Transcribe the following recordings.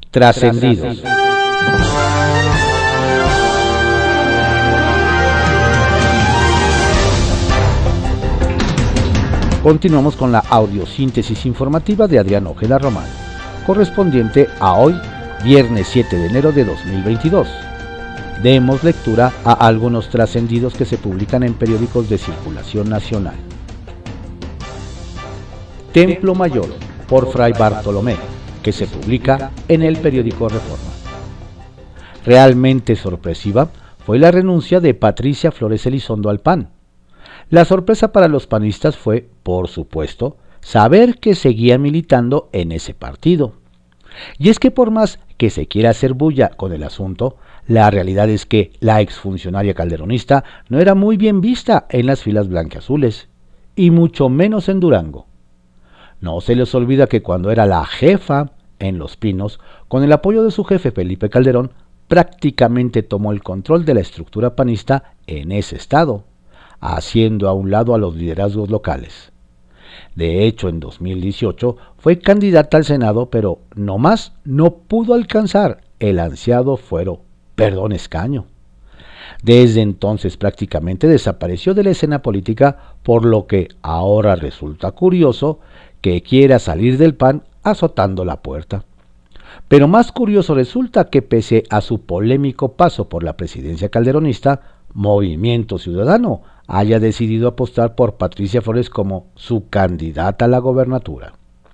Trascendidos. Continuamos con la audiosíntesis informativa de Adrián Ojeda Román, correspondiente a hoy, viernes 7 de enero de 2022. Demos lectura a algunos trascendidos que se publican en periódicos de circulación nacional. Templo Mayor, por Fray Bartolomé, que se publica en el periódico Reforma. Realmente sorpresiva fue la renuncia de Patricia Flores Elizondo al PAN. La sorpresa para los panistas fue, por supuesto, saber que seguía militando en ese partido. Y es que por más que se quiera hacer bulla con el asunto, la realidad es que la exfuncionaria calderonista no era muy bien vista en las filas blanqueazules, y mucho menos en Durango. No se les olvida que cuando era la jefa en Los Pinos, con el apoyo de su jefe Felipe Calderón, prácticamente tomó el control de la estructura panista en ese estado, haciendo a un lado a los liderazgos locales. De hecho, en 2018 fue candidata al Senado, pero nomás no pudo alcanzar el ansiado escaño. Desde entonces prácticamente desapareció de la escena política, por lo que ahora resulta curioso que quiera salir del PAN azotando la puerta. Pero más curioso resulta que pese a su polémico paso por la presidencia calderonista, Movimiento Ciudadano haya decidido apostar por Patricia Flores como su candidata a la gobernatura.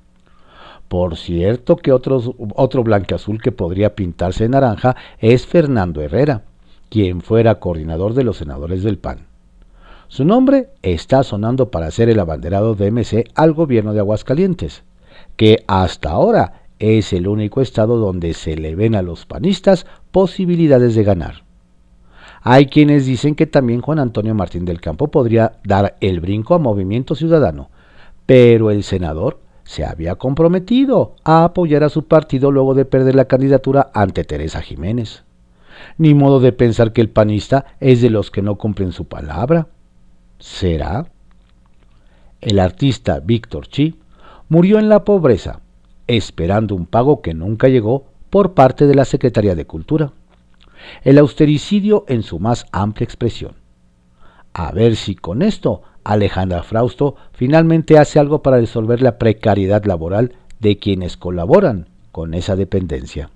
Por cierto que otro blanqueazul que podría pintarse de naranja es Fernando Herrera, quien fuera coordinador de los senadores del PAN. Su nombre está sonando para ser el abanderado de MC al gobierno de Aguascalientes, que hasta ahora es el único estado donde se le ven a los panistas posibilidades de ganar. Hay quienes dicen que también Juan Antonio Martín del Campo podría dar el brinco a Movimiento Ciudadano, pero el senador se había comprometido a apoyar a su partido luego de perder la candidatura ante Teresa Jiménez. Ni modo de pensar que el panista es de los que no cumplen su palabra. ¿Será? El artista Víctor Chi murió en la pobreza, esperando un pago que nunca llegó por parte de la Secretaría de Cultura. El austericidio en su más amplia expresión. A ver si con esto Alejandra Frausto finalmente hace algo para resolver la precariedad laboral de quienes colaboran con esa dependencia.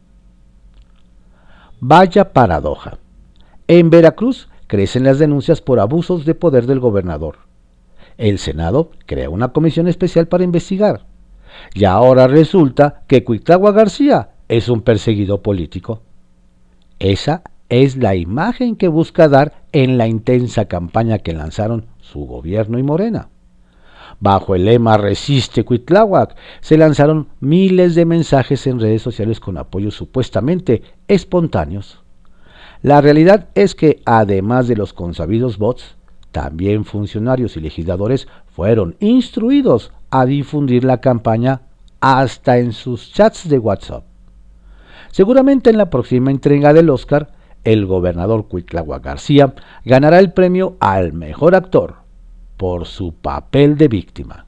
Vaya paradoja. En Veracruz crecen las denuncias por abusos de poder del gobernador. El Senado crea una comisión especial para investigar. Y ahora resulta que Cuitlagua García es un perseguido político. Esa es la imagen que busca dar en la intensa campaña que lanzaron su gobierno y Morena. Bajo el lema Resiste Cuitláhuac, se lanzaron miles de mensajes en redes sociales con apoyos supuestamente espontáneos. La realidad es que, además de los consabidos bots, también funcionarios y legisladores fueron instruidos a difundir la campaña hasta en sus chats de WhatsApp. Seguramente en la próxima entrega del Oscar, el gobernador Cuitlagua García ganará el premio al mejor actor por su papel de víctima.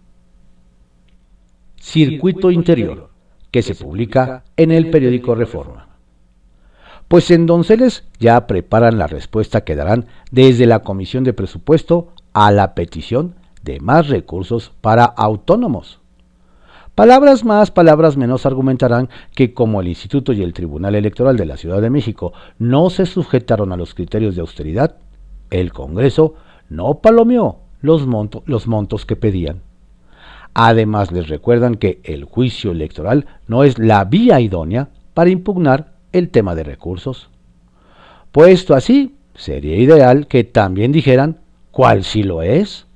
Circuito Interior, que se publica en el periódico Reforma. Pues en Donceles ya preparan la respuesta que darán desde la Comisión de Presupuesto a la petición de más recursos para autónomos. Palabras más, palabras menos argumentarán que como el Instituto y el Tribunal Electoral de la Ciudad de México no se sujetaron a los criterios de austeridad, el Congreso no palomeó los montos que pedían. Además les recuerdan que el juicio electoral no es la vía idónea para impugnar el tema de recursos. Puesto así, sería ideal que también dijeran cuál sí lo es.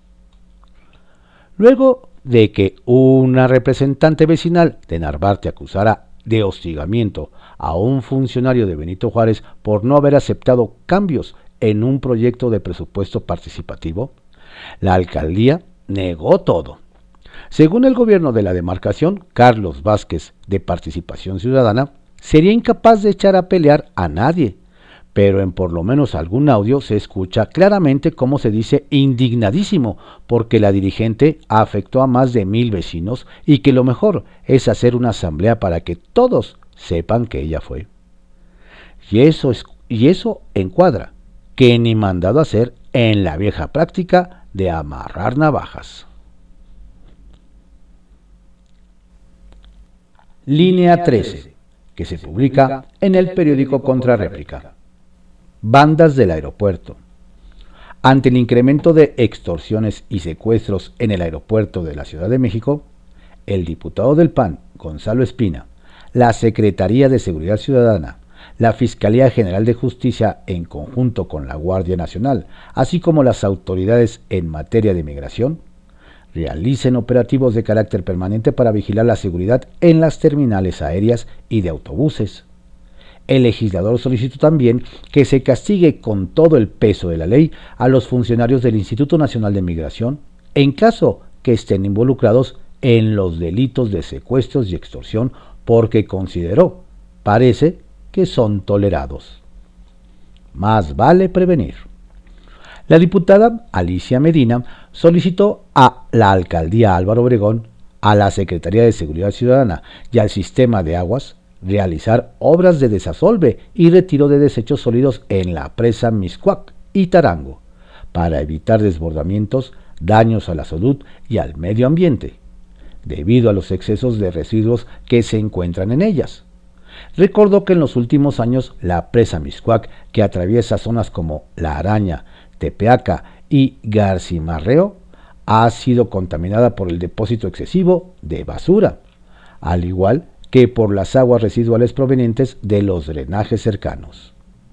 Luego de que una representante vecinal de Narvarte acusara de hostigamiento a un funcionario de Benito Juárez por no haber aceptado cambios en un proyecto de presupuesto participativo, la alcaldía negó todo. Según el gobierno de la demarcación, Carlos Vázquez, de Participación Ciudadana, sería incapaz de echar a pelear a nadie, pero en por lo menos algún audio se escucha claramente cómo se dice indignadísimo porque la dirigente afectó a más de 1000 vecinos y que lo mejor es hacer una asamblea para que todos sepan que ella fue. Y eso encuadra, que ni mandado a hacer en la vieja práctica de amarrar navajas. Línea 13, que se publica en el periódico Contrarréplica. Bandas del aeropuerto. Ante el incremento de extorsiones y secuestros en el aeropuerto de la Ciudad de México, el diputado del PAN, Gonzalo Espina, la Secretaría de Seguridad Ciudadana, la Fiscalía General de Justicia en conjunto con la Guardia Nacional, así como las autoridades en materia de migración, realicen operativos de carácter permanente para vigilar la seguridad en las terminales aéreas y de autobuses. El legislador solicitó también que se castigue con todo el peso de la ley a los funcionarios del Instituto Nacional de Migración en caso que estén involucrados en los delitos de secuestros y extorsión, porque consideró, parece, que son tolerados. Más vale prevenir. La diputada Alicia Medina solicitó a la Alcaldía Álvaro Obregón, a la Secretaría de Seguridad Ciudadana y al Sistema de Aguas realizar obras de desasolve y retiro de desechos sólidos en la presa Mixcoac y Tarango, para evitar desbordamientos, daños a la salud y al medio ambiente, debido a los excesos de residuos que se encuentran en ellas. Recordó que en los últimos años la presa Mixcoac, que atraviesa zonas como La Araña, Tepeaca y Garcimarreo, ha sido contaminada por el depósito excesivo de basura, al igual que por las aguas residuales provenientes de los drenajes cercanos.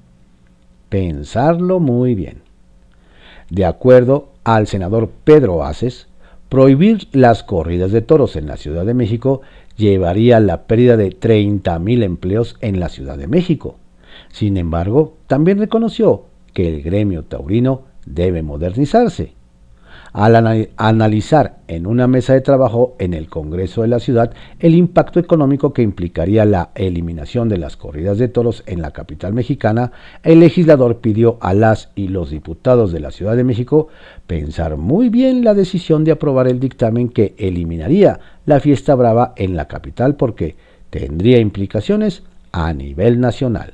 Pensarlo muy bien. De acuerdo al senador Pedro Aces, prohibir las corridas de toros en la Ciudad de México llevaría a la pérdida de 30,000 empleos en la Ciudad de México. Sin embargo, también reconoció que el gremio taurino debe modernizarse. Al analizar en una mesa de trabajo en el Congreso de la Ciudad el impacto económico que implicaría la eliminación de las corridas de toros en la capital mexicana, el legislador pidió a las y los diputados de la Ciudad de México pensar muy bien la decisión de aprobar el dictamen que eliminaría la fiesta brava en la capital, porque tendría implicaciones a nivel nacional.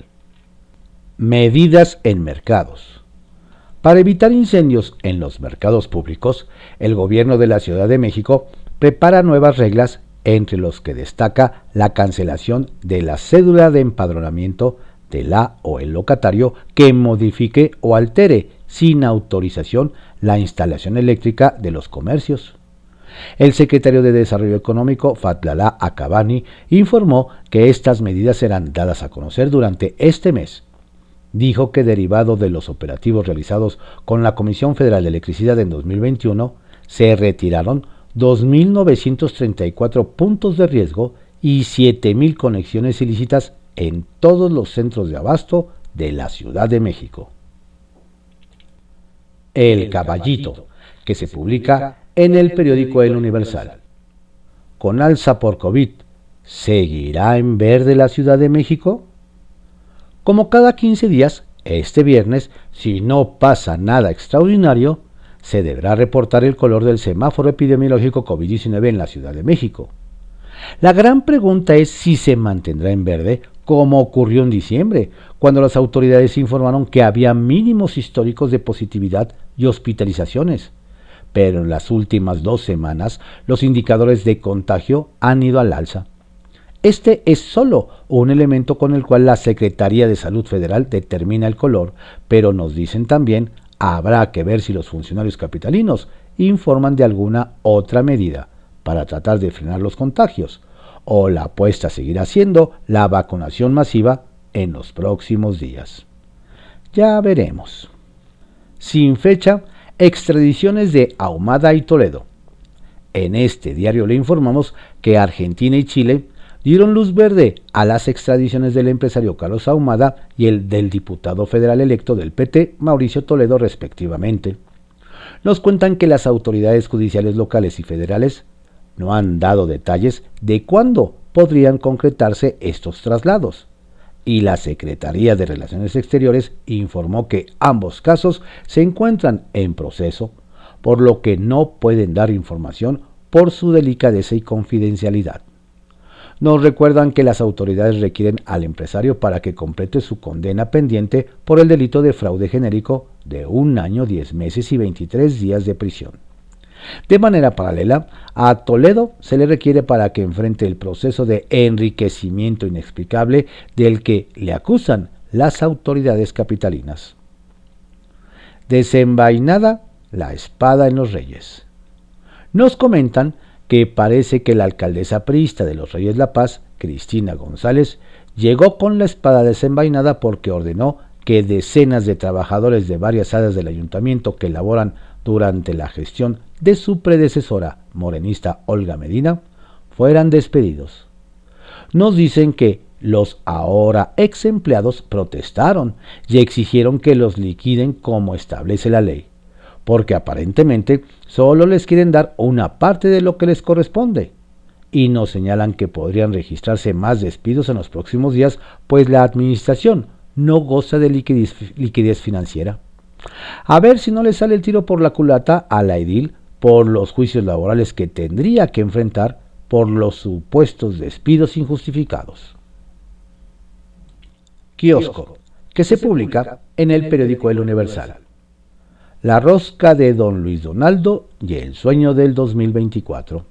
Medidas en mercados. Para evitar incendios en los mercados públicos, el gobierno de la Ciudad de México prepara nuevas reglas, entre los que destaca la cancelación de la cédula de empadronamiento de la o el locatario que modifique o altere sin autorización la instalación eléctrica de los comercios. El secretario de Desarrollo Económico, Fatlala Acabani, informó que estas medidas serán dadas a conocer durante este mes. Dijo que, derivado de los operativos realizados con la Comisión Federal de Electricidad en 2021, se retiraron 2.934 puntos de riesgo y 7,000 conexiones ilícitas en todos los centros de abasto de la Ciudad de México. El Caballito, que se publica en el periódico El Universal. Con alza por COVID, ¿seguirá en verde la Ciudad de México? Como cada 15 días, este viernes, si no pasa nada extraordinario, se deberá reportar el color del semáforo epidemiológico COVID-19 en la Ciudad de México. La gran pregunta es si se mantendrá en verde, como ocurrió en diciembre, cuando las autoridades informaron que había mínimos históricos de positividad y hospitalizaciones. Pero en las últimas 2 semanas, los indicadores de contagio han ido al alza. Este es solo un elemento con el cual la Secretaría de Salud Federal determina el color, pero nos dicen también habrá que ver si los funcionarios capitalinos informan de alguna otra medida para tratar de frenar los contagios, o la apuesta seguirá siendo la vacunación masiva en los próximos días. Ya veremos. Sin fecha, extradiciones de Ahumada y Toledo. En este diario le informamos que Argentina y Chile dieron luz verde a las extradiciones del empresario Carlos Ahumada y el del diputado federal electo del PT, Mauricio Toledo, respectivamente. Nos cuentan que las autoridades judiciales locales y federales no han dado detalles de cuándo podrían concretarse estos traslados, y la Secretaría de Relaciones Exteriores informó que ambos casos se encuentran en proceso, por lo que no pueden dar información por su delicadeza y confidencialidad. nos recuerdan que las autoridades requieren al empresario para que complete su condena pendiente por el delito de fraude genérico de 1 año, 10 meses y 23 días de prisión. De manera paralela, a Toledo se le requiere para que enfrente el proceso de enriquecimiento inexplicable del que le acusan las autoridades capitalinas. Desenvainada la espada en los Reyes. Nos comentan que parece que la alcaldesa priista de los Reyes La Paz, Cristina González, llegó con la espada desenvainada porque ordenó que decenas de trabajadores de varias áreas del ayuntamiento que laboran durante la gestión de su predecesora morenista Olga Medina fueran despedidos. Nos dicen que los ahora ex empleados protestaron y exigieron que los liquiden como establece la ley, porque aparentemente solo les quieren dar una parte de lo que les corresponde, y nos señalan que podrían registrarse más despidos en los próximos días, pues la administración no goza de liquidez financiera. A ver si no le sale el tiro por la culata a la edil por los juicios laborales que tendría que enfrentar por los supuestos despidos injustificados. Kiosco, que se publica en el periódico El Universal. La rosca de don Luis Donaldo y el sueño del 2024.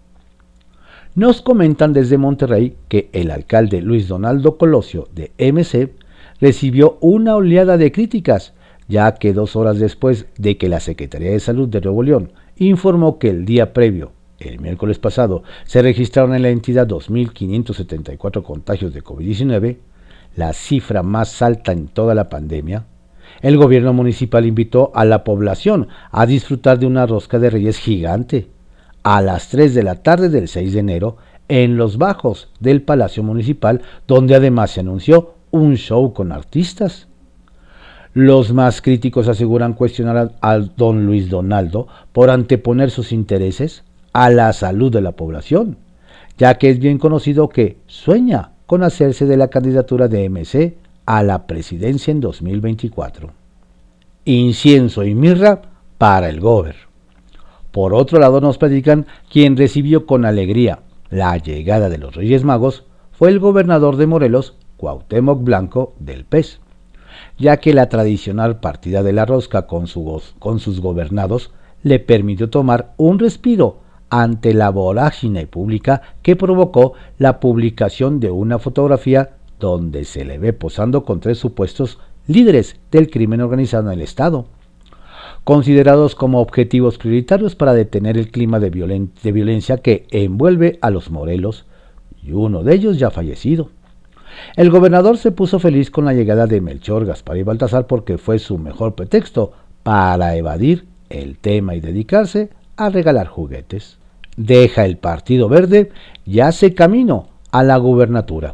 Nos comentan desde Monterrey que el alcalde Luis Donaldo Colosio de MC recibió una oleada de críticas, ya que 2 horas después de que la Secretaría de Salud de Nuevo León informó que el día previo, el miércoles pasado, se registraron en la entidad 2.574 contagios de COVID-19, la cifra más alta en toda la pandemia, el gobierno municipal invitó a la población a disfrutar de una rosca de Reyes gigante a las 3 de la tarde del 6 de enero en los bajos del Palacio Municipal, donde además se anunció un show con artistas. Los más críticos aseguran cuestionar a don Luis Donaldo por anteponer sus intereses a la salud de la población, ya que es bien conocido que sueña con hacerse de la candidatura de MC a la presidencia en 2024. Incienso y mirra para el gober. Por otro lado nos platican quien recibió con alegría la llegada de los Reyes Magos fue el gobernador de Morelos, Cuauhtémoc Blanco del PES, ya que la tradicional partida de la rosca con sus gobernados le permitió tomar un respiro ante la vorágine pública que provocó la publicación de una fotografía donde se le ve posando con 3 supuestos líderes del crimen organizado en el estado, considerados como objetivos prioritarios para detener el clima de violencia que envuelve a los Morelos, y uno de ellos ya fallecido. El gobernador se puso feliz con la llegada de Melchor, Gaspar y Baltasar porque fue su mejor pretexto para evadir el tema y dedicarse a regalar juguetes. Deja el Partido Verde y hace camino a la gubernatura.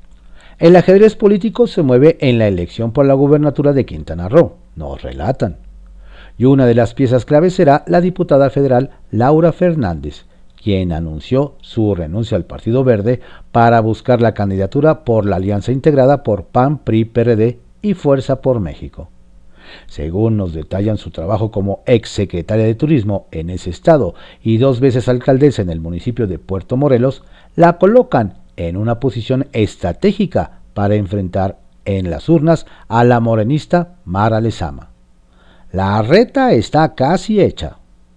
El ajedrez político se mueve en la elección por la gubernatura de Quintana Roo, nos relatan. Y una de las piezas claves será la diputada federal Laura Fernández, quien anunció su renuncia al Partido Verde para buscar la candidatura por la alianza integrada por PAN, PRI, PRD y Fuerza por México. Según nos detallan su trabajo como exsecretaria de Turismo en ese estado y 2 veces alcaldesa en el municipio de Puerto Morelos, la colocan en una posición estratégica para enfrentar en las urnas a la morenista Mara Lezama. La reta está casi hecha.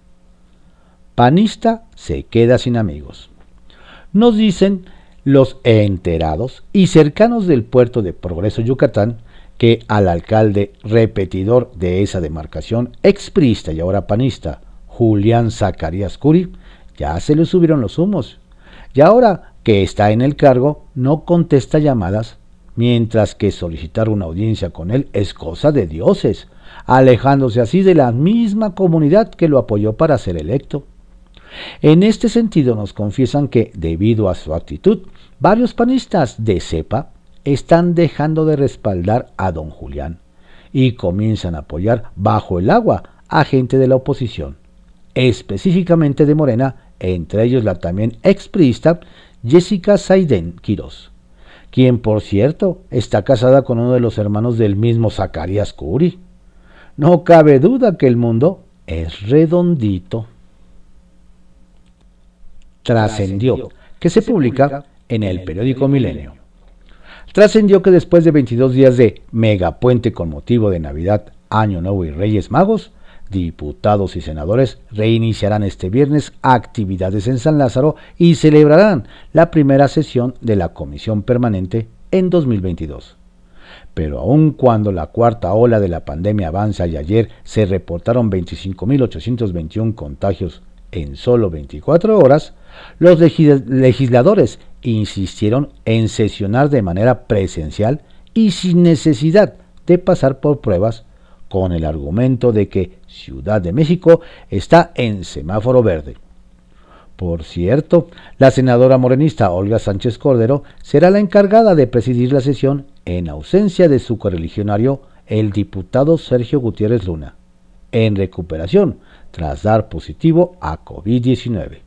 Panista se queda sin amigos. Nos dicen los enterados y cercanos del puerto de Progreso, Yucatán, que al alcalde repetidor de esa demarcación, expriista y ahora panista, Julián Zacarías Curi, ya se le subieron los humos. Y ahora que está en el cargo, no contesta llamadas, mientras que solicitar una audiencia con él es cosa de dioses, alejándose así de la misma comunidad que lo apoyó para ser electo. En este sentido nos confiesan que, debido a su actitud, varios panistas de cepa están dejando de respaldar a don Julián y comienzan a apoyar bajo el agua a gente de la oposición, específicamente de Morena, entre ellos la también expriista Jessica Saidén Quirós, quien por cierto está casada con uno de los hermanos del mismo Zacarías Curi. No cabe duda que el mundo es redondito. Trascendió, que se publica en el periódico Milenio. Trascendió que después de 22 días de megapuente con motivo de Navidad, Año Nuevo y Reyes Magos, diputados y senadores reiniciarán este viernes actividades en San Lázaro y celebrarán la primera sesión de la Comisión Permanente en 2022. Pero aun cuando la cuarta ola de la pandemia avanza y ayer se reportaron 25.821 contagios en solo 24 horas, los legisladores insistieron en sesionar de manera presencial y sin necesidad de pasar por pruebas, con el argumento de que Ciudad de México está en semáforo verde. Por cierto, la senadora morenista Olga Sánchez Cordero será la encargada de presidir la sesión en ausencia de su correligionario, el diputado Sergio Gutiérrez Luna, en recuperación tras dar positivo a COVID-19.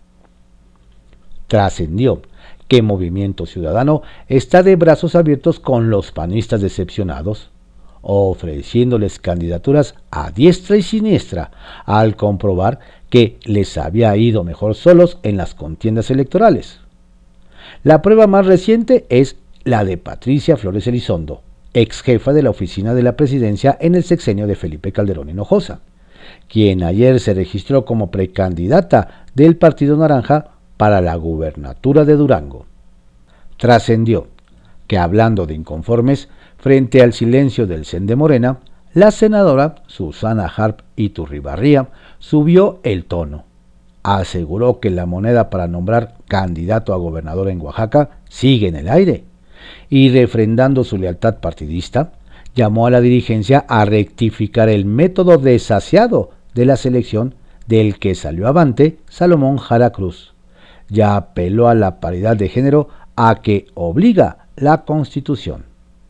Trascendió que Movimiento Ciudadano está de brazos abiertos con los panistas decepcionados, ofreciéndoles candidaturas a diestra y siniestra al comprobar que les había ido mejor solos en las contiendas electorales. La prueba más reciente es la de Patricia Flores Elizondo, ex jefa de la oficina de la presidencia en el sexenio de Felipe Calderón Hinojosa, quien ayer se registró como precandidata del Partido Naranja para la gubernatura de Durango. Trascendió que, hablando de inconformes, frente al silencio del CEN de Morena, la senadora Susana Harp Iturribarría subió el tono. Aseguró que la moneda para nombrar candidato a gobernador en Oaxaca sigue en el aire y, refrendando su lealtad partidista, llamó a la dirigencia a rectificar el método desasiado de la selección del que salió avante Salomón Jara Cruz. Ya apeló a la paridad de género a que obliga la Constitución.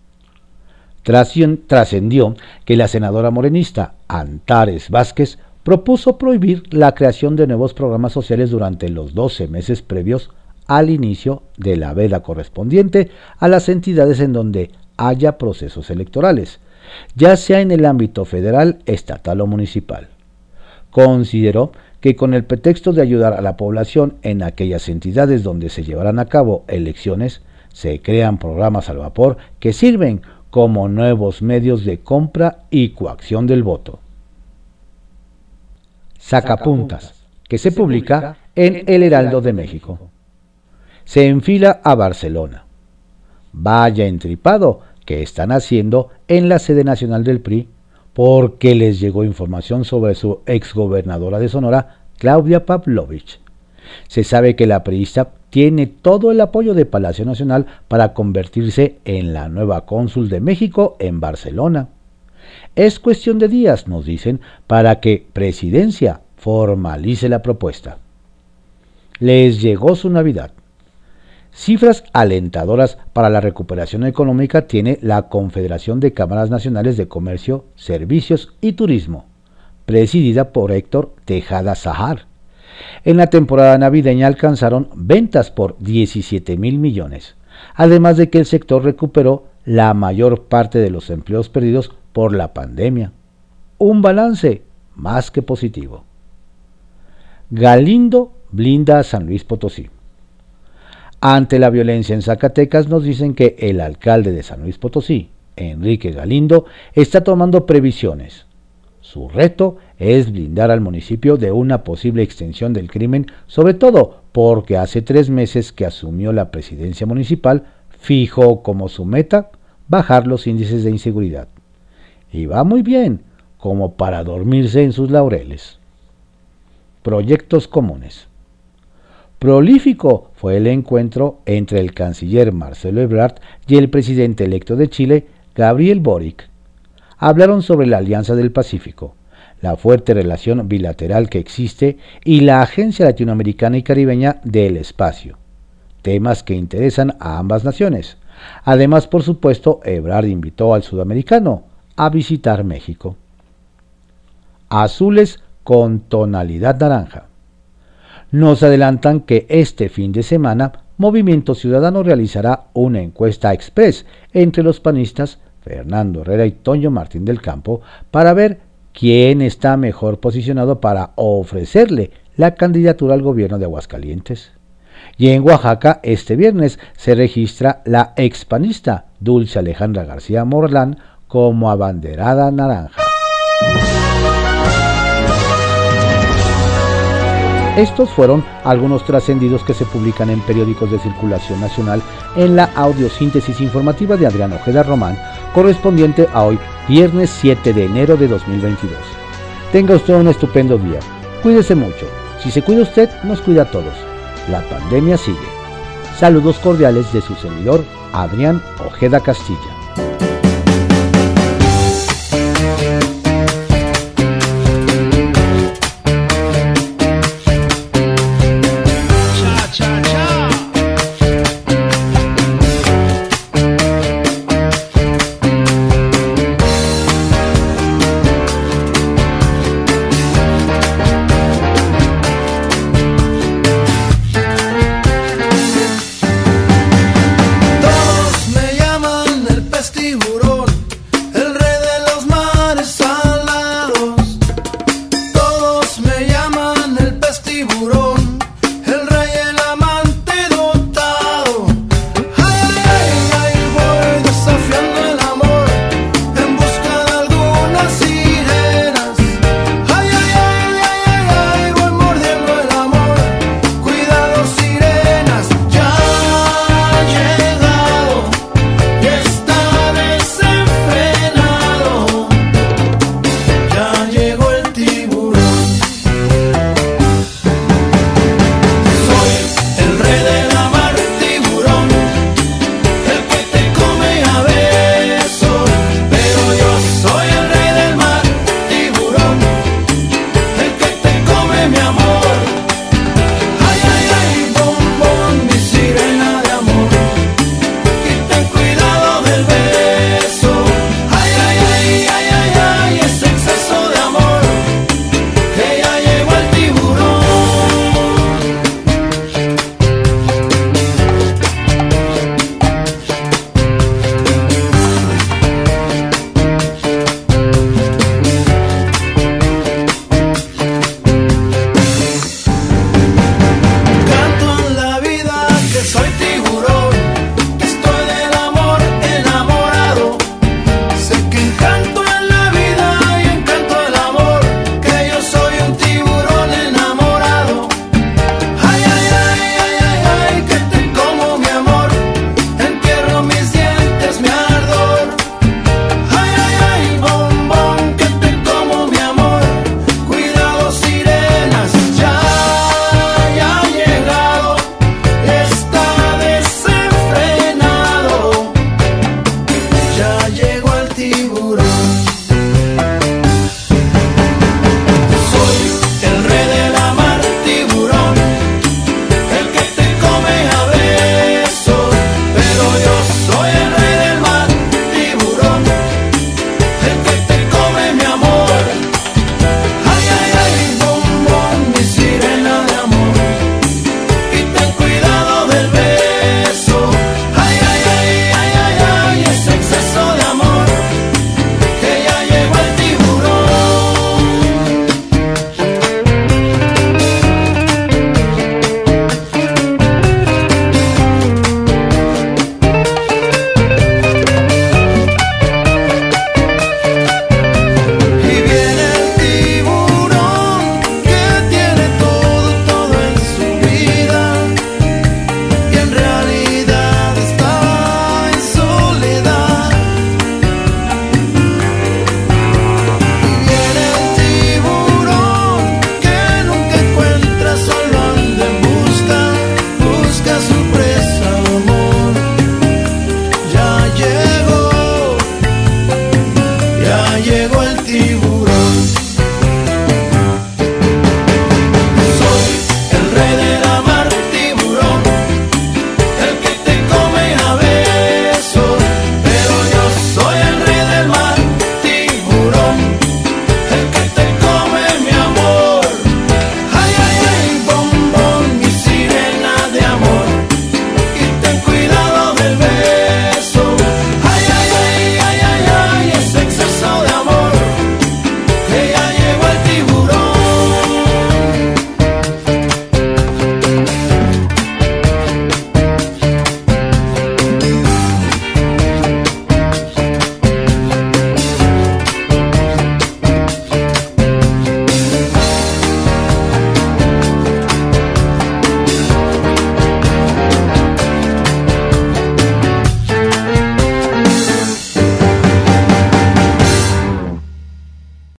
Trascendió que la senadora morenista Antares Vázquez propuso prohibir la creación de nuevos programas sociales durante los 12 meses previos al inicio de la veda correspondiente a las entidades en donde haya procesos electorales, ya sea en el ámbito federal, estatal o municipal. Consideró que con el pretexto de ayudar a la población en aquellas entidades donde se llevarán a cabo elecciones, se crean programas al vapor que sirven como nuevos medios de compra y coacción del voto. Sacapuntas, que se publica en El Heraldo de México. Se enfila a Barcelona. Vaya entripado que están haciendo en la sede nacional del PRI, porque les llegó información sobre su exgobernadora de Sonora, Claudia Pavlovich. Se sabe que la priista tiene todo el apoyo de Palacio Nacional para convertirse en la nueva cónsul de México en Barcelona. Es cuestión de días, nos dicen, para que Presidencia formalice la propuesta. Les llegó su Navidad. Cifras alentadoras para la recuperación económica tiene la Confederación de Cámaras Nacionales de Comercio, Servicios y Turismo, presidida por Héctor Tejada Sahar. En la temporada navideña alcanzaron ventas por 17,000 millones, además de que el sector recuperó la mayor parte de los empleos perdidos por la pandemia. Un balance más que positivo. Galindo blinda a San Luis Potosí. Ante la violencia en Zacatecas, nos dicen que el alcalde de San Luis Potosí, Enrique Galindo, está tomando previsiones. Su reto es blindar al municipio de una posible extensión del crimen, sobre todo porque hace 3 meses que asumió la presidencia municipal, fijó como su meta bajar los índices de inseguridad. Y va muy bien, como para dormirse en sus laureles. Proyectos comunes. Prolífico fue el encuentro entre el canciller Marcelo Ebrard y el presidente electo de Chile, Gabriel Boric. Hablaron sobre la Alianza del Pacífico, la fuerte relación bilateral que existe y la Agencia Latinoamericana y Caribeña del Espacio, temas que interesan a ambas naciones. Además, por supuesto, Ebrard invitó al sudamericano a visitar México. Azules con tonalidad naranja. Nos adelantan que este fin de semana Movimiento Ciudadano realizará una encuesta express entre los panistas Fernando Herrera y Toño Martín del Campo para ver quién está mejor posicionado para ofrecerle la candidatura al gobierno de Aguascalientes. Y en Oaxaca, este viernes, se registra la expanista Dulce Alejandra García Morlán como abanderada naranja. Estos fueron algunos trascendidos que se publican en periódicos de circulación nacional en la audiosíntesis informativa de Adrián Ojeda Román, correspondiente a hoy, viernes 7 de enero de 2022. Tenga usted un estupendo día. Cuídese mucho. Si se cuida usted, nos cuida a todos. La pandemia sigue. Saludos cordiales de su servidor, Adrián Ojeda Castilla. Tiburón.